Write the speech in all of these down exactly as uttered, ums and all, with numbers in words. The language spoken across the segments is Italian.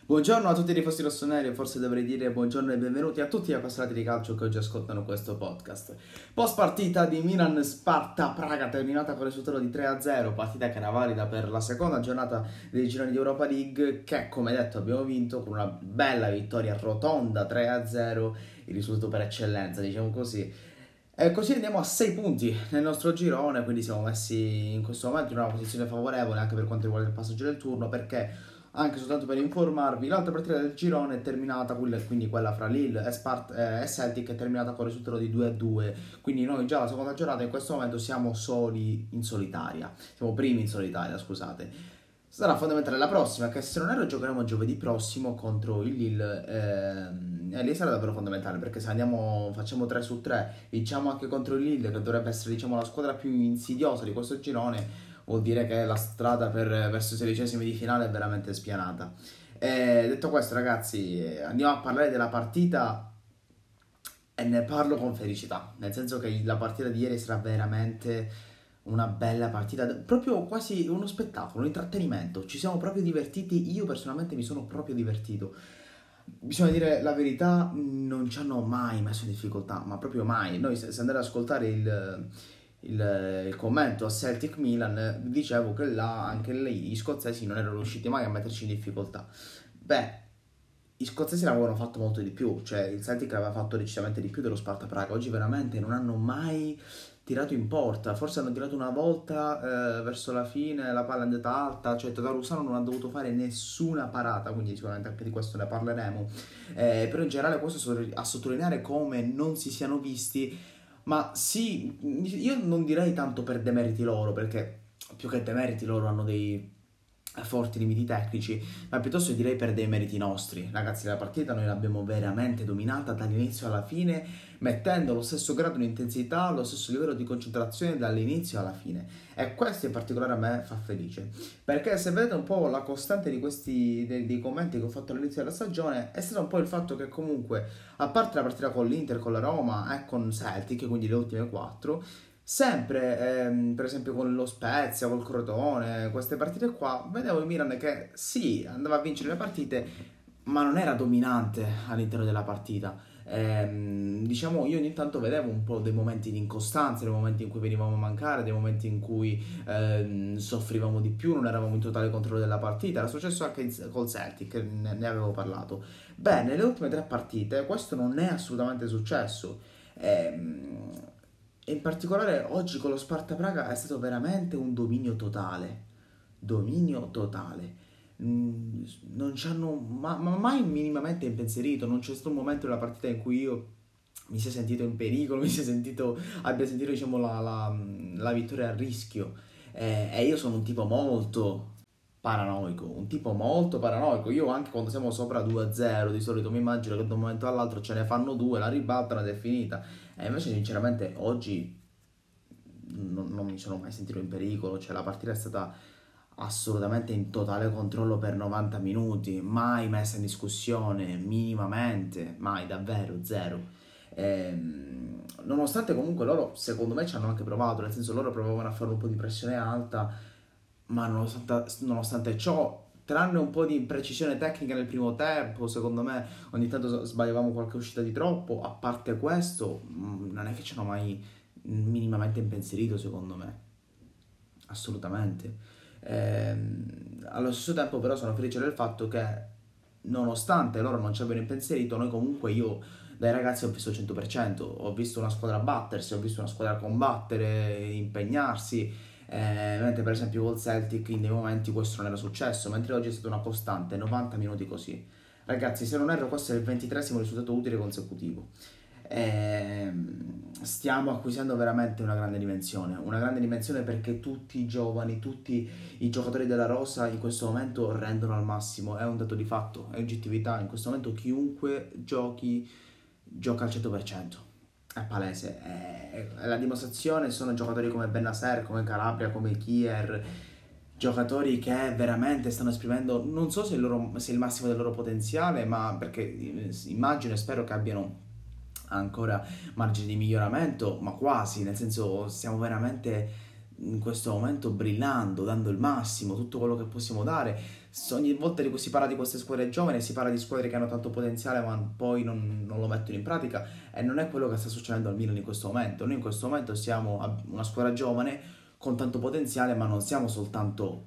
Buongiorno a tutti i tifosi rossoneri, forse dovrei dire buongiorno e benvenuti a tutti gli appassionati di calcio che oggi ascoltano questo podcast. Post partita di Milan-Sparta Praga terminata con il risultato di tre a zero, partita che era valida per la seconda giornata dei gironi di Europa League che, come detto, abbiamo vinto con una bella vittoria rotonda tre a zero, il risultato per eccellenza, diciamo così. E così andiamo a sei punti nel nostro girone, quindi siamo messi in questo momento in una posizione favorevole anche per quanto riguarda il passaggio del turno, perché anche soltanto per informarvi, l'altra partita del girone è terminata, quindi quella fra Lille e, Spart- eh, e Celtic, è terminata con il risultato di due a due, quindi noi già la seconda giornata in questo momento siamo soli in solitaria, siamo primi in solitaria, scusate. Sarà fondamentale la prossima, che se non erro giocheremo giovedì prossimo contro il Lille, ehm, e lì sarà davvero fondamentale, perché se andiamo, facciamo tre su tre, vinciamo anche contro il Lille, che dovrebbe essere, diciamo, la squadra più insidiosa di questo girone, vuol dire che la strada per, verso i sedicesimi di finale è veramente spianata. E detto questo, ragazzi, andiamo a parlare della partita e ne parlo con felicità, nel senso che la partita di ieri sarà veramente una bella partita, proprio quasi uno spettacolo, un intrattenimento. Ci siamo proprio divertiti, io personalmente mi sono proprio divertito. Bisogna dire la verità, non ci hanno mai messo in difficoltà, ma proprio mai. Noi, se, se andate ad ascoltare il, il, il commento a Celtic Milan, dicevo che là anche lì gli scozzesi non erano riusciti mai a metterci in difficoltà. Beh, gli scozzesi l'avevano fatto molto di più, cioè il Celtic aveva fatto decisamente di più dello Sparta Praga. Oggi veramente non hanno mai tirato in porta, forse hanno tirato una volta eh, verso la fine, la palla è andata alta, cioè Tatarusano non ha dovuto fare nessuna parata, quindi sicuramente anche di questo ne parleremo, eh, però in generale questo a sottolineare come non si siano visti, ma sì, io non direi tanto per demeriti loro, perché più che demeriti loro hanno dei forti limiti tecnici, ma piuttosto direi per dei meriti nostri. Ragazzi, la partita noi l'abbiamo veramente dominata dall'inizio alla fine, mettendo lo stesso grado di intensità, lo stesso livello di concentrazione dall'inizio alla fine, e questo in particolare a me fa felice, perché se vedete un po' la costante di questi dei, dei commenti che ho fatto all'inizio della stagione è stato un po' il fatto che comunque, a parte la partita con l'Inter, con la Roma e con Celtic, quindi le ultime quattro, sempre, ehm, per esempio con lo Spezia, col Crotone, queste partite qua, vedevo il Milan che sì, andava a vincere le partite, ma non era dominante all'interno della partita. Ehm, diciamo, io ogni tanto vedevo un po' dei momenti di incostanza, dei momenti in cui venivamo a mancare, dei momenti in cui ehm, soffrivamo di più, non eravamo in totale controllo della partita. Era successo anche in- col Celtic, ne, ne avevo parlato. Beh, nelle ultime tre partite questo non è assolutamente successo. Ehm, e in particolare oggi con lo Sparta Praga è stato veramente un dominio totale. Dominio totale. Mm, Non ci hanno ma, ma mai minimamente impensierito. Non c'è stato un momento nella partita in cui io mi sia sentito in pericolo, mi sia sentito, abbia sentito, diciamo, la, la, la vittoria a rischio. Eh, e io sono un tipo molto paranoico, un tipo molto paranoico. Io anche quando siamo sopra due a zero di solito mi immagino che da un momento all'altro ce ne fanno due, la ribaltano ed è finita. E invece sinceramente oggi non, non mi sono mai sentito in pericolo, cioè la partita è stata assolutamente in totale controllo per novanta minuti, mai messa in discussione, minimamente, mai, davvero, zero. Ehm, nonostante comunque loro, secondo me, ci hanno anche provato, nel senso loro provavano a fare un po' di pressione alta, ma nonostante, nonostante ciò, tranne un po' di imprecisione tecnica nel primo tempo, secondo me ogni tanto sbagliavamo qualche uscita di troppo, a parte questo, mh, non è che ci hanno mai minimamente impensierito, secondo me, assolutamente. Ehm, allo stesso tempo però sono felice del fatto che nonostante loro non ci abbiano impensierito, noi comunque, io dai ragazzi ho visto il cento per cento, ho visto una squadra battersi, ho visto una squadra combattere, impegnarsi, eh, mentre per esempio col Celtic in dei momenti questo non era successo, mentre oggi è stata una costante novanta minuti così. Ragazzi, se non erro questo è il ventitreesimo risultato utile consecutivo. Ehm, stiamo acquisendo veramente una grande dimensione, una grande dimensione perché tutti i giovani, tutti i giocatori della rosa in questo momento rendono al massimo, è un dato di fatto, è oggettività, in questo momento chiunque giochi gioca al cento per cento. È palese, è, è la dimostrazione, sono giocatori come Bennacer, come Calabria, come Kier, giocatori che veramente stanno esprimendo, non so se il, loro, se il massimo del loro potenziale, ma perché immagino e spero che abbiano ancora margini di miglioramento, ma quasi, nel senso stiamo veramente in questo momento brillando, dando il massimo, tutto quello che possiamo dare. Ogni volta di cui si parla di queste squadre giovani, si parla di squadre che hanno tanto potenziale ma poi non, non lo mettono in pratica, e non è quello che sta succedendo al Milan in questo momento. Noi in questo momento siamo una squadra giovane con tanto potenziale, ma non siamo soltanto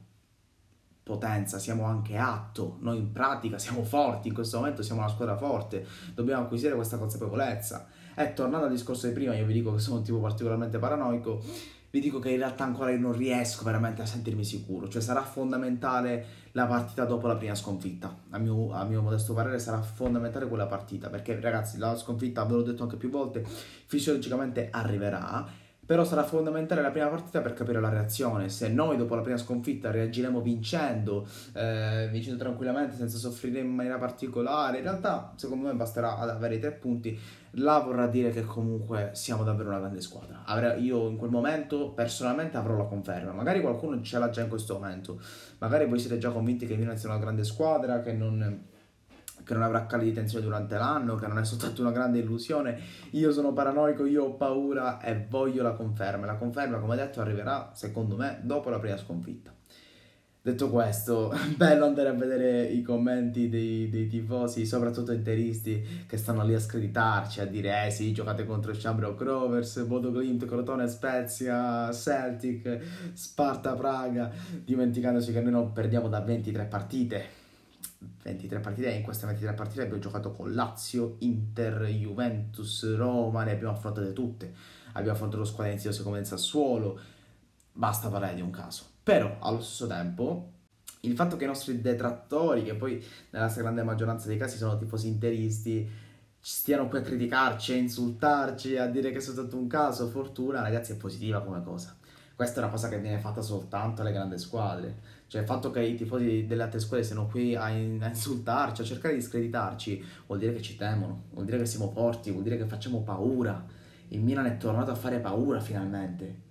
potenza, siamo anche atto. Noi in pratica siamo forti, in questo momento siamo una squadra forte, dobbiamo acquisire questa consapevolezza. E tornando al discorso di prima, io vi dico che sono un tipo particolarmente paranoico, vi dico che in realtà ancora io non riesco veramente a sentirmi sicuro, cioè sarà fondamentale la partita dopo la prima sconfitta, a mio, a mio modesto parere sarà fondamentale quella partita, perché ragazzi la sconfitta, ve l'ho detto anche più volte, fisiologicamente arriverà, però sarà fondamentale la prima partita per capire la reazione. Se noi dopo la prima sconfitta reagiremo vincendo, eh, vincendo tranquillamente senza soffrire in maniera particolare, in realtà secondo me basterà ad avere i tre punti. Là vorrà dire che comunque siamo davvero una grande squadra. Avrei, io in quel momento personalmente avrò la conferma, magari qualcuno ce l'ha già in questo momento, magari voi siete già convinti che il Milan sia una grande squadra, che non... che non avrà cali di tensione durante l'anno, che non è soltanto una grande illusione. Io sono paranoico, io ho paura e voglio la conferma. La conferma, come detto, arriverà, secondo me, dopo la prima sconfitta. Detto questo, bello andare a vedere i commenti dei, dei tifosi, soprattutto interisti, che stanno lì a screditarci, a dire eh sì, giocate contro Shamrock Rovers, Bodo Glimt, Crotone Spezia, Celtic, Sparta Praga, dimenticandosi che noi non perdiamo da ventitré partite. ventitré partite, e in queste ventitré partite abbiamo giocato con Lazio, Inter, Juventus, Roma, ne abbiamo affrontate tutte. Abbiamo affrontato squadre iniziose come il Sassuolo, basta parlare di un caso. Però allo stesso tempo il fatto che i nostri detrattori, che poi nella stragrande maggioranza dei casi sono tifosi interisti, stiano qui a criticarci, a insultarci, a dire che è soltanto un caso, fortuna, ragazzi, è positiva come cosa. Questa è una cosa che viene fatta soltanto alle grandi squadre. Cioè il fatto che i tifosi delle altre squadre siano qui a, in- a insultarci, a cercare di screditarci, vuol dire che ci temono, vuol dire che siamo forti, vuol dire che facciamo paura. Il Milan è tornato a fare paura finalmente.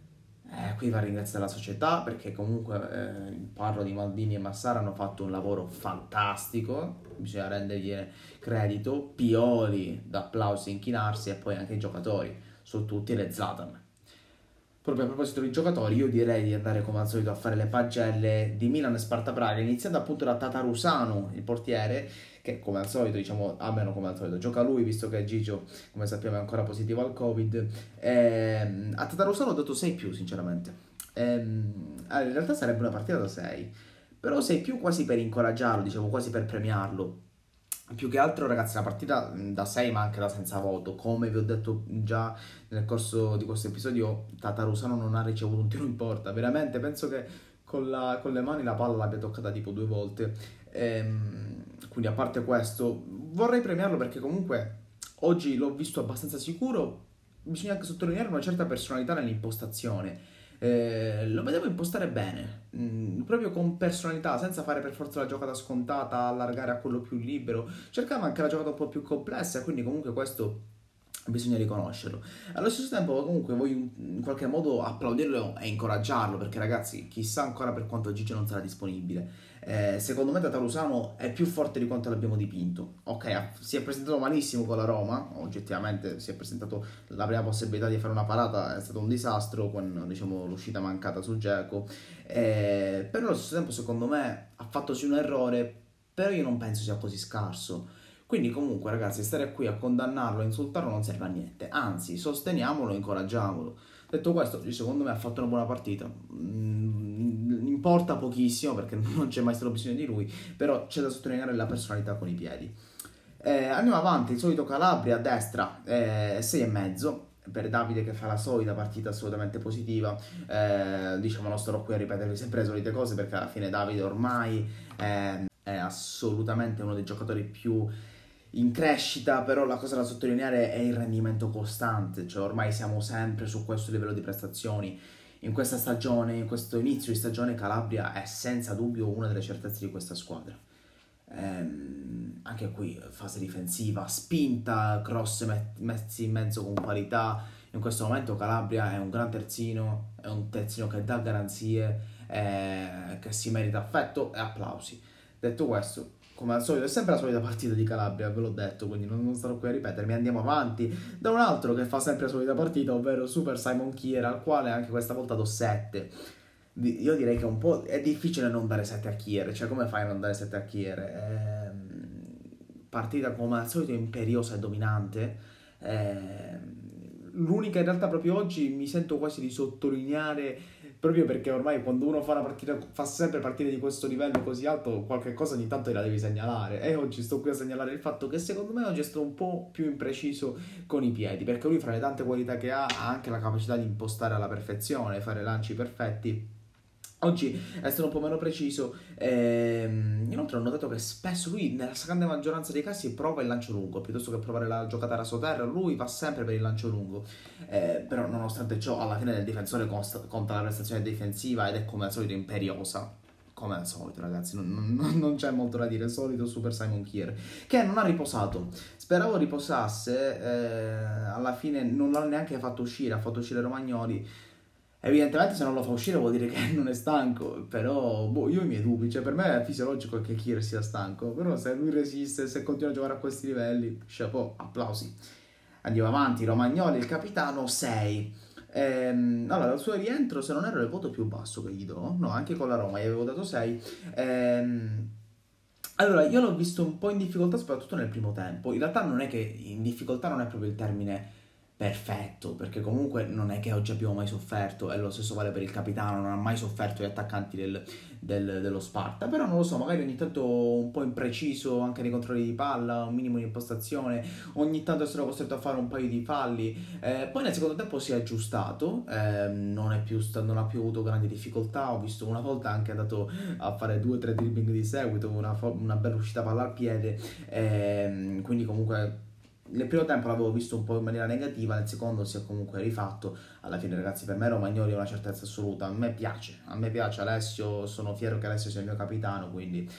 Eh, qui va a ringraziare la società, perché comunque eh, parlo di Maldini e Massara, hanno fatto un lavoro fantastico, bisogna rendergli credito. Pioli d'applausi, inchinarsi, e poi anche i giocatori, su tutti le Zlatan. Proprio a proposito dei giocatori, io direi di andare come al solito a fare le pagelle di Milan e Sparta Praga, iniziando appunto da Tatarusanu, il portiere, che come al solito, diciamo, almeno come al solito, gioca lui, visto che Gigio, come sappiamo, è ancora positivo al Covid. Ehm, a Tatarusanu ho dato sei più, sinceramente. Ehm, allora, in realtà sarebbe una partita da sei, però sei più quasi per incoraggiarlo, diciamo, quasi per premiarlo. Più che altro, ragazzi, la partita mh, da sei ma anche da senza voto. Come vi ho detto già nel corso di questo episodio, Tatarusano non ha ricevuto un tiro in porta. Veramente, penso che con, la- con le mani la palla l'abbia toccata tipo due volte. Ehm, quindi, a parte questo, vorrei premiarlo perché comunque oggi l'ho visto abbastanza sicuro. Bisogna anche sottolineare una certa personalità nell'impostazione. Eh, lo vedevo impostare bene, mm, proprio con personalità, senza fare per forza la giocata scontata, allargare a quello più libero. Cercava anche la giocata un po' più complessa, quindi comunque questo bisogna riconoscerlo. Allo stesso tempo comunque voglio in qualche modo applaudirlo e incoraggiarlo, perché ragazzi, chissà ancora per quanto Gigi non sarà disponibile. Eh, secondo me Tatarusano è più forte di quanto l'abbiamo dipinto. Ok, ha- si è presentato malissimo con la Roma, oggettivamente si è presentato, la prima possibilità di fare una parata è stato un disastro con, diciamo, l'uscita mancata su Dzeko. Eh, però allo stesso tempo secondo me ha fatto sì un errore, però io non penso sia così scarso. Quindi comunque ragazzi, stare qui a condannarlo, a insultarlo non serve a niente, anzi sosteniamolo e incoraggiamolo. Detto questo, secondo me ha fatto una buona partita. Mm, importa pochissimo perché non c'è mai stato bisogno di lui, però c'è da sottolineare la personalità con i piedi. Eh, andiamo avanti, il solito Calabria a destra, eh, sei e mezzo per Davide, che fa la solita partita assolutamente positiva. Eh, diciamo, non starò qui a ripetere sempre le solite cose, perché alla fine Davide ormai eh, è assolutamente uno dei giocatori più in crescita, però la cosa da sottolineare è il rendimento costante, cioè ormai siamo sempre su questo livello di prestazioni. In questa stagione, in questo inizio di stagione, Calabria è senza dubbio una delle certezze di questa squadra. Ehm, anche qui fase difensiva, spinta, cross met- messi in mezzo con qualità. In questo momento Calabria è un gran terzino, è un terzino che dà garanzie, eh, che si merita affetto e applausi. Detto questo, come al solito, è sempre la solita partita di Calabria, ve l'ho detto, quindi non, non starò qui a ripetermi, andiamo avanti da un altro che fa sempre la solita partita, ovvero Super Simon Kier, al quale anche questa volta do sette. Io direi che un po' è difficile non dare sette a Kier, cioè come fai a non dare sette a Kier? Ehm, partita come al solito imperiosa e dominante. Ehm, l'unica in realtà proprio oggi mi sento quasi di sottolineare, proprio perché ormai quando uno fa una partita, fa sempre partite di questo livello così alto, qualche cosa ogni tanto la devi segnalare, e oggi sto qui a segnalare il fatto che secondo me oggi è stato un po' più impreciso con i piedi, perché lui fra le tante qualità che ha ha anche la capacità di impostare alla perfezione, fare lanci perfetti. Oggi è stato un po' meno preciso. Ehm, inoltre ho notato che spesso lui nella grande maggioranza dei casi prova il lancio lungo piuttosto che provare la giocata rasoterra, lui va sempre per il lancio lungo. Eh, però nonostante ciò alla fine del difensore consta, conta la prestazione difensiva ed è come al solito imperiosa, come al solito ragazzi, non, non- non c'è molto da dire, il solito Super Simon Kier che non ha riposato. Speravo riposasse, eh, alla fine non l'ha neanche fatto uscire, ha fatto uscire Romagnoli. Evidentemente se non lo fa uscire vuol dire che non è stanco, però boh, io ho i miei dubbi, cioè per me è fisiologico che Kier sia stanco, però se lui resiste, se continua a giocare a questi livelli, chapeau, applausi. Andiamo avanti, Romagnoli, il capitano, sei. Ehm, allora, al suo rientro, se non ero il voto più basso che gli do, no, anche con la Roma gli avevo dato sei. Ehm, allora, io l'ho visto un po' in difficoltà, soprattutto nel primo tempo. In realtà non è che in difficoltà non è proprio il termine perfetto, perché comunque non è che oggi abbiamo mai sofferto, e lo stesso vale per il capitano, non ha mai sofferto gli attaccanti del, del- dello Sparta, però non lo so, magari ogni tanto un po' impreciso anche nei controlli di palla, un minimo di impostazione, ogni tanto è stato costretto a fare un paio di falli, eh, poi nel secondo tempo si è aggiustato, ehm, non, è più sta- non ha più avuto grandi difficoltà, ho visto una volta anche andato a fare due o tre dribbling di seguito, una, fo- una bella uscita palla al piede, ehm, quindi comunque nel primo tempo l'avevo visto un po' in maniera negativa, nel secondo si è comunque rifatto. Alla fine ragazzi, per me Romagnoli è una certezza assoluta, a me piace, a me piace Alessio, sono fiero che Alessio sia il mio capitano, quindi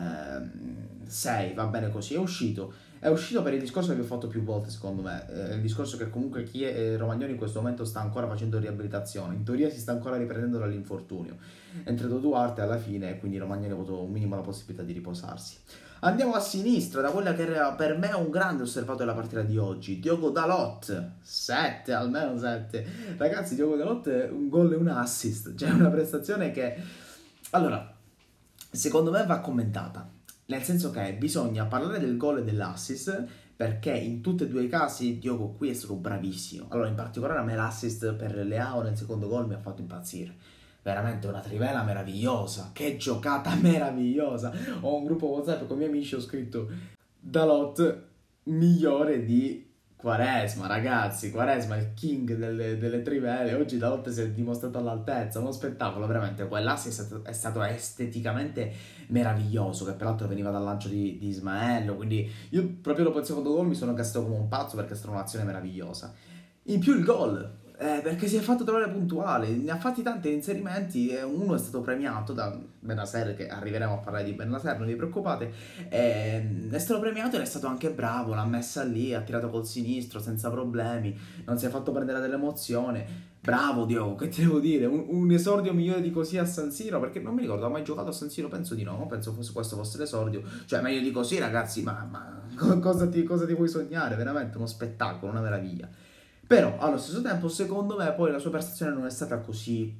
sei, va bene così. È uscito, è uscito per il discorso che vi ho fatto più volte secondo me, eh, il discorso che comunque chi è eh, Romagnoli in questo momento sta ancora facendo riabilitazione, in teoria si sta ancora riprendendo dall'infortunio, è entrato Duarte alla fine e quindi Romagnoli ha avuto un minimo la possibilità di riposarsi. Andiamo a sinistra, da quella che era per me un grande osservato della partita di oggi, Diogo Dalot, sette, almeno sette. Ragazzi, Diogo Dalot è un gol e un assist, cioè una prestazione che... Allora, secondo me va commentata, nel senso che bisogna parlare del gol e dell'assist, perché in tutti e due i casi Diogo qui è stato bravissimo. Allora, in particolare a me l'assist per Leao nel secondo gol mi ha fatto impazzire. Veramente una trivela meravigliosa, che giocata meravigliosa. Ho un gruppo WhatsApp con i miei amici, ho scritto Dalot migliore di Quaresma, ragazzi. Quaresma è il king delle, delle trivele. Oggi Dalot si è dimostrato all'altezza, uno spettacolo veramente. Quell'asse è stato, è stato esteticamente meraviglioso, che peraltro veniva dal lancio di, di Ismaello, quindi io proprio dopo il secondo gol mi sono gastato come un pazzo perché è stata un'azione meravigliosa. In più il gol, eh, perché si è fatto trovare puntuale, ne ha fatti tanti inserimenti e uno è stato premiato da Bennacer, che arriveremo a parlare di Bennacer, non vi preoccupate, e è stato premiato ed è stato anche bravo, l'ha messa lì, ha tirato col sinistro senza problemi, non si è fatto prendere dall'emozione. Bravo Diogo, che ti devo dire, un, un esordio migliore di così a San Siro, perché non mi ricordo, ha mai giocato a San Siro? Penso di no, no? Penso fosse, questo fosse l'esordio, cioè meglio di così ragazzi, ma, ma cosa, ti, cosa ti vuoi sognare? Veramente uno spettacolo, una meraviglia. Però allo stesso tempo secondo me poi la sua prestazione non è stata così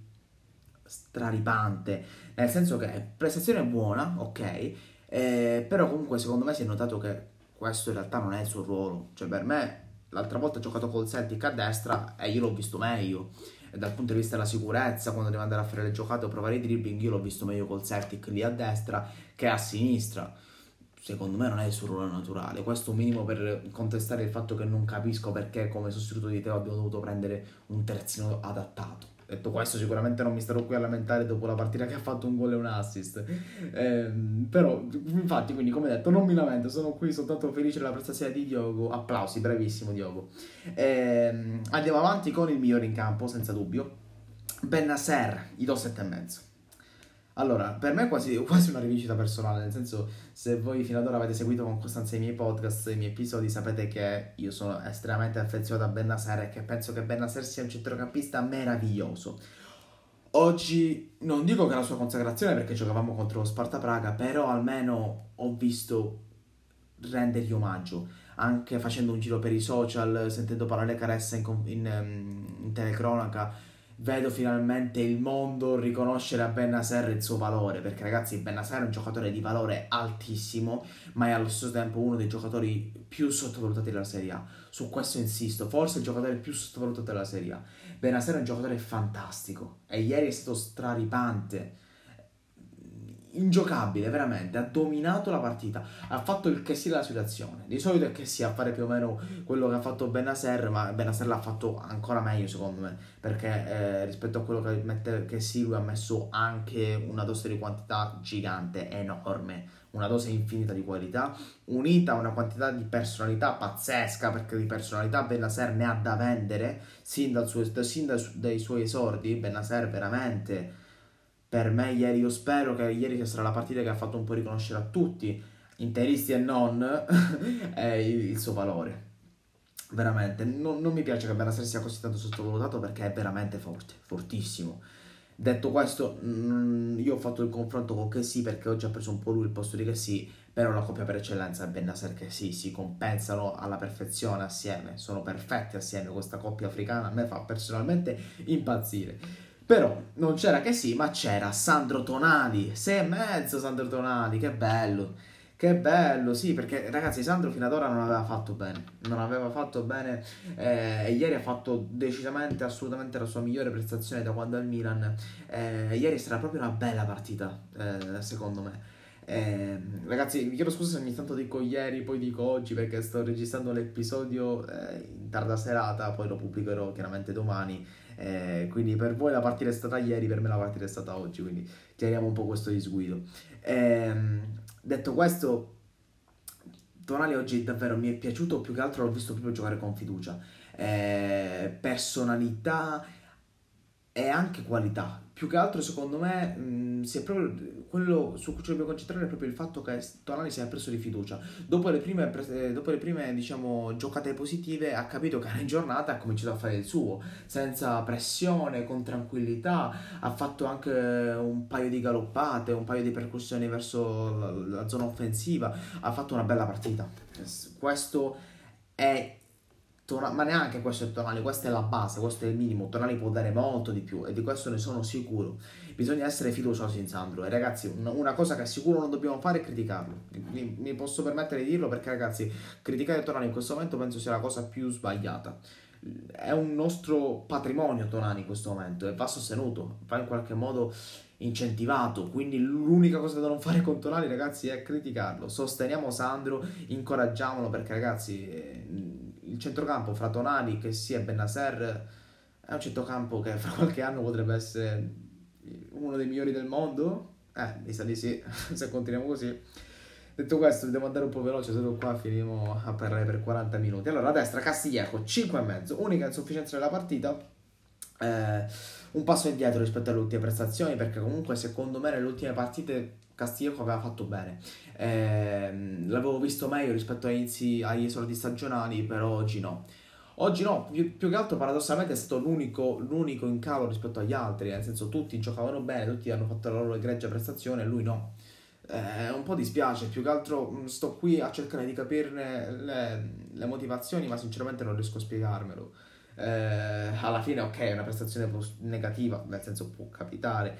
straripante, nel senso che prestazione buona, ok, eh, però comunque secondo me si è notato che questo in realtà non è il suo ruolo, cioè per me l'altra volta ha giocato col Celtic a destra e io l'ho visto meglio, e dal punto di vista della sicurezza quando deve andare a fare le giocate o provare i dribbling io l'ho visto meglio col Celtic lì a destra che a sinistra. Secondo me non è il suo ruolo naturale, questo un minimo per contestare il fatto che non capisco perché come sostituto di Teo abbiamo dovuto prendere un terzino adattato. Detto questo, sicuramente non mi starò qui a lamentare dopo la partita che ha fatto un gol e un assist. Ehm, però, infatti, quindi, come detto, non mi lamento, sono qui soltanto felice della prestazione di Diogo. Applausi, bravissimo Diogo. Ehm, andiamo avanti con il migliore in campo, senza dubbio. Bennacer, gli do sette e mezzo. Allora, per me è quasi, quasi una rivincita personale, nel senso, se voi fino ad ora avete seguito con costanza i miei podcast, i miei episodi, sapete che io sono estremamente affezionato a Bennacer e che penso che Bennacer sia un centrocampista meraviglioso. Oggi non dico che è la sua consacrazione perché giocavamo contro lo Sparta Praga, però almeno ho visto rendergli omaggio, anche facendo un giro per i social, sentendo parole caresse in, con- in, ehm, in telecronaca, vedo finalmente il mondo riconoscere a Bennacer il suo valore, perché ragazzi Bennacer è un giocatore di valore altissimo, ma è allo stesso tempo uno dei giocatori più sottovalutati della Serie A. Su questo insisto, forse il giocatore più sottovalutato della Serie A. Bennacer è un giocatore fantastico e ieri è stato straripante, ingiocabile, veramente, ha dominato la partita, ha fatto il che sia della situazione. Di solito è che sia a fare più o meno quello che ha fatto Bennacer, ma Bennacer l'ha fatto ancora meglio secondo me, perché eh, rispetto a quello che mette che sì, lui ha messo anche una dose di quantità gigante, enorme, una dose infinita di qualità, unita a una quantità di personalità pazzesca, perché di personalità Bennacer ne ha da vendere, sin, dal suo, sin dai, su- dai suoi esordi. Bennacer veramente per me ieri, io spero che ieri sia stata la partita che ha fatto un po' riconoscere a tutti, interisti e non, eh, il, il suo valore. Veramente, non, non mi piace che Bennacer sia così tanto sottovalutato perché è veramente forte, fortissimo. Detto questo, mm, io ho fatto il confronto con Kessie perché oggi ha preso un po' lui il posto di Kessie, però la coppia per eccellenza è Bennacer e Kessie, si compensano alla perfezione assieme, sono perfetti assieme, questa coppia africana a me fa personalmente impazzire. Però non c'era Kessie, ma c'era Sandro Tonali, sei e mezzo Sandro Tonali, che bello. Che bello, sì, perché ragazzi Sandro fino ad ora non aveva fatto bene, non aveva fatto bene eh, e ieri ha fatto decisamente, assolutamente la sua migliore prestazione da quando è al Milan. Eh, ieri sarà proprio una bella partita, eh, secondo me. Eh, ragazzi, vi chiedo scusa se ogni tanto dico ieri, poi dico oggi perché sto registrando l'episodio eh, in tarda serata, poi lo pubblicherò chiaramente domani. Eh, quindi per voi la partita è stata ieri, per me la partita è stata oggi, quindi chiariamo un po' questo disguido. Ehm, detto questo, Tonali oggi davvero mi è piaciuto, più che altro l'ho visto proprio giocare con fiducia. Eh, personalità e anche qualità. Più che altro, secondo me, mh, si è proprio quello su cui ci dobbiamo concentrare è proprio il fatto che Tonali si è preso di fiducia. Dopo le prime, pres- dopo le prime diciamo, giocate positive, ha capito che era in giornata e ha cominciato a fare il suo, senza pressione, con tranquillità. Ha fatto anche un paio di galoppate, un paio di percussioni verso la, la zona offensiva. Ha fatto una bella partita. Questo è Tona- ma neanche questo è Tonali, questa è la base, questo è il minimo. Tonali può dare molto di più e di questo ne sono sicuro. Bisogna essere fiduciosi in Sandro. E ragazzi, un- una cosa che sicuro non dobbiamo fare è criticarlo. Mi, mi posso permettere di dirlo perché, ragazzi, criticare Tonali in questo momento penso sia la cosa più sbagliata. È un nostro patrimonio Tonali in questo momento e va sostenuto, va in qualche modo incentivato. Quindi l'unica cosa da non fare con Tonali, ragazzi, è criticarlo. Sosteniamo Sandro, incoraggiamolo perché, ragazzi, eh, il centrocampo fra Tonali, che sia Bennacer, è un centrocampo che fra qualche anno potrebbe essere uno dei migliori del mondo. Eh, mi sa di sì, se continuiamo così. Detto questo, devo andare un po' veloce, se no qua finiremo a parlare per quaranta minuti. Allora, a destra Castillejo, cinque e mezzo, unica insufficienza della partita. Eh, un passo indietro rispetto alle ultime prestazioni, perché comunque secondo me nelle ultime partite Castillejo aveva fatto bene. Ehm, l'avevo visto meglio rispetto agli inizi, agli esordi stagionali, però oggi no. Oggi no, più, più che altro paradossalmente è stato l'unico, l'unico in calo rispetto agli altri, nel senso tutti giocavano bene, tutti hanno fatto la loro egregia prestazione e lui no. Eh, un po' dispiace, più che altro mh, sto qui a cercare di capirne le, le motivazioni, ma sinceramente non riesco a spiegarmelo. Eh, alla fine, ok, è una prestazione pos- negativa, nel senso può capitare,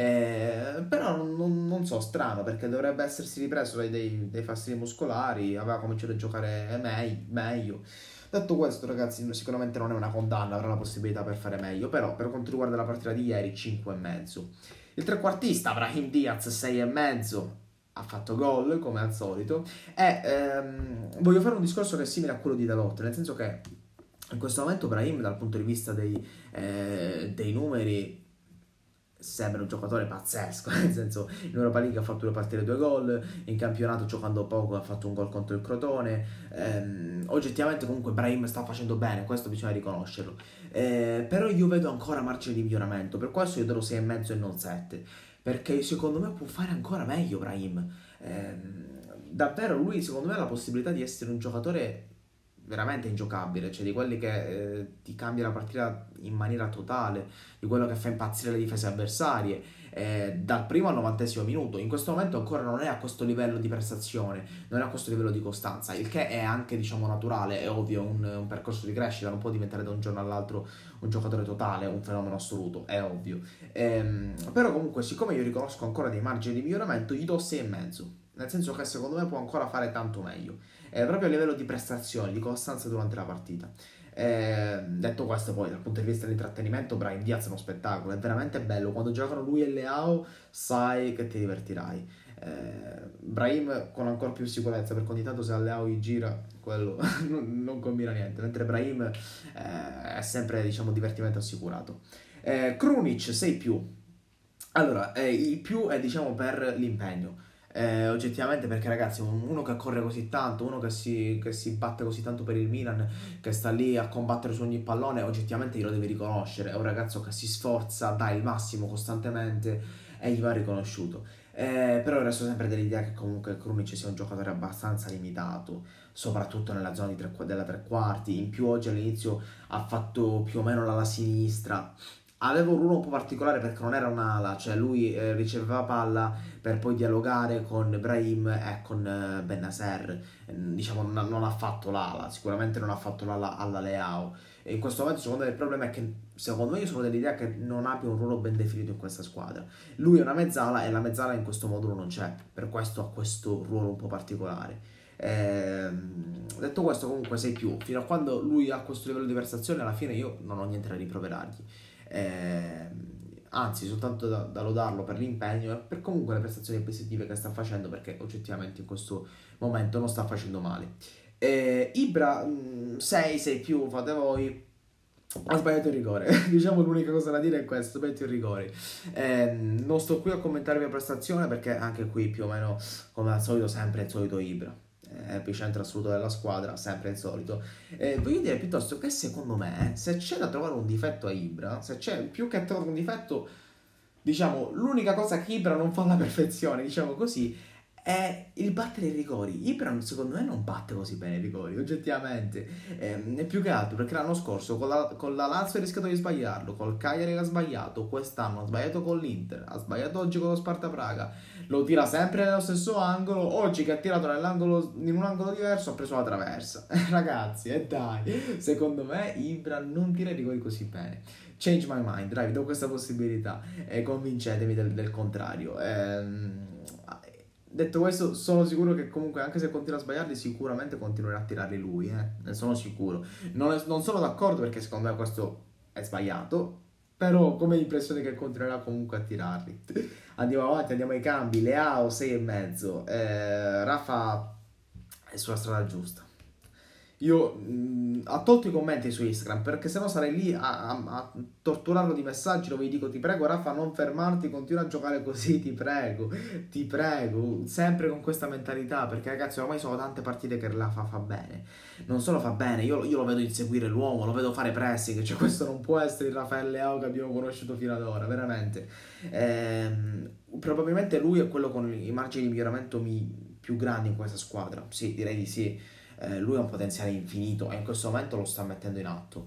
eh, però non, non- non so, strano perché dovrebbe essersi ripreso dai, dei, dei fastidi muscolari, aveva cominciato a giocare mei- meglio. Detto questo, ragazzi, sicuramente non è una condanna, avrà la possibilità per fare meglio, però per quanto riguarda la partita di ieri, cinque e mezzo. Il trequartista Brahim Diaz sei e mezzo ha fatto gol come al solito e ehm, voglio fare un discorso che è simile a quello di Dalot, nel senso che in questo momento Brahim dal punto di vista dei, eh, dei numeri sembra un giocatore pazzesco, nel senso in Europa League ha fatto due partite e due gol, in campionato giocando poco ha fatto un gol contro il Crotone, ehm, oggettivamente comunque Brahim sta facendo bene, questo bisogna riconoscerlo, eh, però io vedo ancora margine di miglioramento, per questo io darò sei e mezzo e non sette, perché secondo me può fare ancora meglio Brahim. Ehm, davvero lui secondo me ha la possibilità di essere un giocatore veramente ingiocabile, cioè di quelli che eh, ti cambia la partita in maniera totale, di quello che fa impazzire le difese avversarie, eh, dal primo al novantesimo minuto. In questo momento ancora non è a questo livello di prestazione, non è a questo livello di costanza, il che è anche, diciamo, naturale, è ovvio, un, un percorso di crescita, non può diventare da un giorno all'altro un giocatore totale, un fenomeno assoluto, è ovvio. Ehm, però comunque, siccome io riconosco ancora dei margini di miglioramento, gli do sei e mezzo. Nel senso che secondo me può ancora fare tanto meglio, eh, proprio a livello di prestazioni, di costanza durante la partita. Eh, detto questo, poi dal punto di vista dell'intrattenimento, Brahim Diaz è uno spettacolo, è veramente bello. Quando giocano lui e Leao sai che ti divertirai. Eh, Brahim con ancora più sicurezza, perché ogni tanto se a Leao gli gira, quello non, non combina niente, mentre Brahim eh, è sempre, diciamo, divertimento assicurato. Eh, Krunic sei più. Allora, eh, il più è, diciamo, per l'impegno. Eh, oggettivamente, perché ragazzi, uno che corre così tanto, uno che si, che si batte così tanto per il Milan, che sta lì a combattere su ogni pallone, oggettivamente glielo devi riconoscere. È un ragazzo che si sforza, dà il massimo costantemente e gli va riconosciuto. Eh, però resto sempre dell'idea che comunque Krunic sia un giocatore abbastanza limitato, soprattutto nella zona di tre, della tre quarti. In più oggi all'inizio ha fatto più o meno l'ala sinistra. Aveva un ruolo un po' particolare perché non era un'ala, cioè lui eh, riceveva palla per poi dialogare con Brahim e con eh, Bennacer. Eh, diciamo, non, non ha fatto l'ala, sicuramente non ha fatto l'ala alla Leao. E in questo momento secondo me il problema è che, secondo me, io sono dell'idea che non abbia un ruolo ben definito in questa squadra. Lui è una mezzala e la mezzala in questo modulo non c'è, per questo ha questo ruolo un po' particolare. Eh, detto questo, comunque sei più, fino a quando lui ha questo livello di prestazione, alla fine io non ho niente da rimproverargli. Eh, anzi, soltanto da, da lodarlo per l'impegno e per comunque le prestazioni positive che sta facendo, perché oggettivamente in questo momento non sta facendo male. Eh, Ibra sei, sei più, fate voi. Ha sbagliato il rigore. Diciamo, l'unica cosa da dire è questo: sbagliato il rigore. Eh, non sto qui a commentare la prestazione perché anche qui più o meno come al solito sempre il solito Ibra, è epicentro assoluto della squadra, sempre il solito. Eh, voglio dire piuttosto che secondo me, se c'è da trovare un difetto a Ibra, se c'è più che trovare un difetto, diciamo, l'unica cosa che Ibra non fa alla perfezione, diciamo così, è il battere i rigori. Ibra secondo me non batte così bene i rigori, oggettivamente. Eh, è più che altro perché l'anno scorso con la, con la Lazio ha rischiato di sbagliarlo, col Cagliari ha sbagliato, quest'anno ha sbagliato con l'Inter, ha sbagliato oggi con lo Sparta Praga, lo tira sempre nello stesso angolo. Oggi che ha tirato nell'angolo, in un angolo diverso, ha preso la traversa. Ragazzi, e eh dai, secondo me Ibra non tira i rigori così bene. Change my mind, dai, vi do questa possibilità e eh, convincetemi del, del contrario. Ehm, detto questo, sono sicuro che comunque, anche se continua a sbagliarli, sicuramente continuerà a tirarli lui, eh? Ne sono sicuro. Non, è, non sono d'accordo perché secondo me questo è sbagliato, però come impressione che continuerà comunque a tirarli. Andiamo avanti, andiamo ai cambi. Leao sei e mezzo. Eh, Rafa è sulla strada giusta. Io mh, ha tolto i commenti su Instagram perché sennò sarei lì a, a, a torturarlo di messaggi dove gli dico: ti prego Rafa, non fermarti, continua a giocare così, ti prego, ti prego, sempre con questa mentalità, perché ragazzi ormai sono tante partite che Rafa fa bene, non solo fa bene, io, io lo vedo inseguire l'uomo, lo vedo fare pressing, cioè questo non può essere il Rafael Leao che abbiamo conosciuto fino ad ora, veramente. Ehm, probabilmente lui è quello con i margini di miglioramento mi, più grandi in questa squadra, sì, direi di sì. Eh, lui ha un potenziale infinito e in questo momento lo sta mettendo in atto.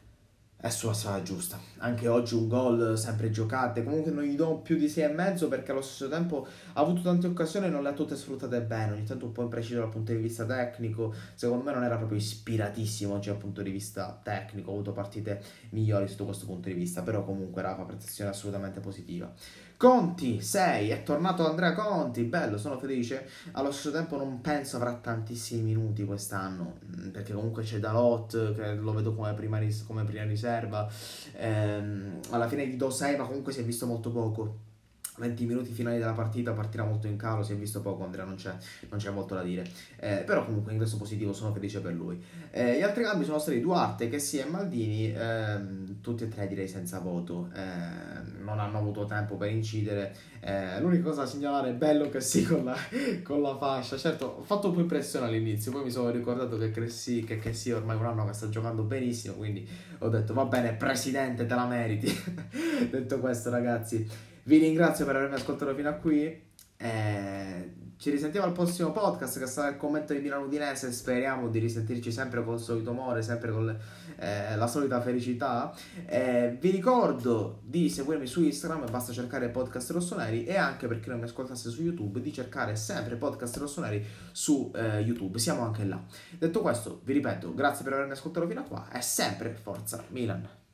È sulla strada giusta. Anche oggi un gol sempre giocate. Comunque non gli do più di sei e mezzo perché allo stesso tempo ha avuto tante occasioni e non le ha tutte sfruttate bene. Ogni tanto un po' impreciso dal punto di vista tecnico. Secondo me non era proprio ispiratissimo oggi dal punto di vista tecnico. Ha avuto partite migliori sotto questo punto di vista. Però comunque Rafa, prestazione assolutamente positiva. Conti sei, è tornato Andrea Conti, bello, sono felice. Allo stesso tempo non penso avrà tantissimi minuti quest'anno, perché comunque c'è Dalot che lo vedo come prima, ris- come prima riserva. Ehm, alla fine gli do sei, ma comunque si è visto molto poco. venti minuti finali della partita, partirà molto in calo, si è visto poco, Andrea non c'è, non c'è molto da dire, eh, però comunque ingresso positivo, sono felice per lui. Eh, gli altri cambi sono stati Duarte, Kessie e Maldini, ehm, tutti e tre direi senza voto, eh, non hanno avuto tempo per incidere. Eh, l'unica cosa da segnalare è bello che sì con la, con la fascia, certo ho fatto un po' impressione all'inizio, poi mi sono ricordato che Kessie, che Kessie ormai un anno che sta giocando benissimo, quindi ho detto va bene presidente, te la meriti. Detto questo ragazzi, vi ringrazio per avermi ascoltato fino a qui. Eh, ci risentiamo al prossimo podcast che sarà il commento di Milano Udinese. Speriamo di risentirci sempre con il solito umore, sempre con le- eh, la solita felicità. Eh, vi ricordo di seguirmi su Instagram, basta cercare Podcast Rossoneri, e anche, per chi non mi ascoltasse su YouTube, di cercare sempre Podcast Rossoneri su eh, YouTube, siamo anche là. Detto questo, vi ripeto, grazie per avermi ascoltato fino a qua e sempre Forza Milan.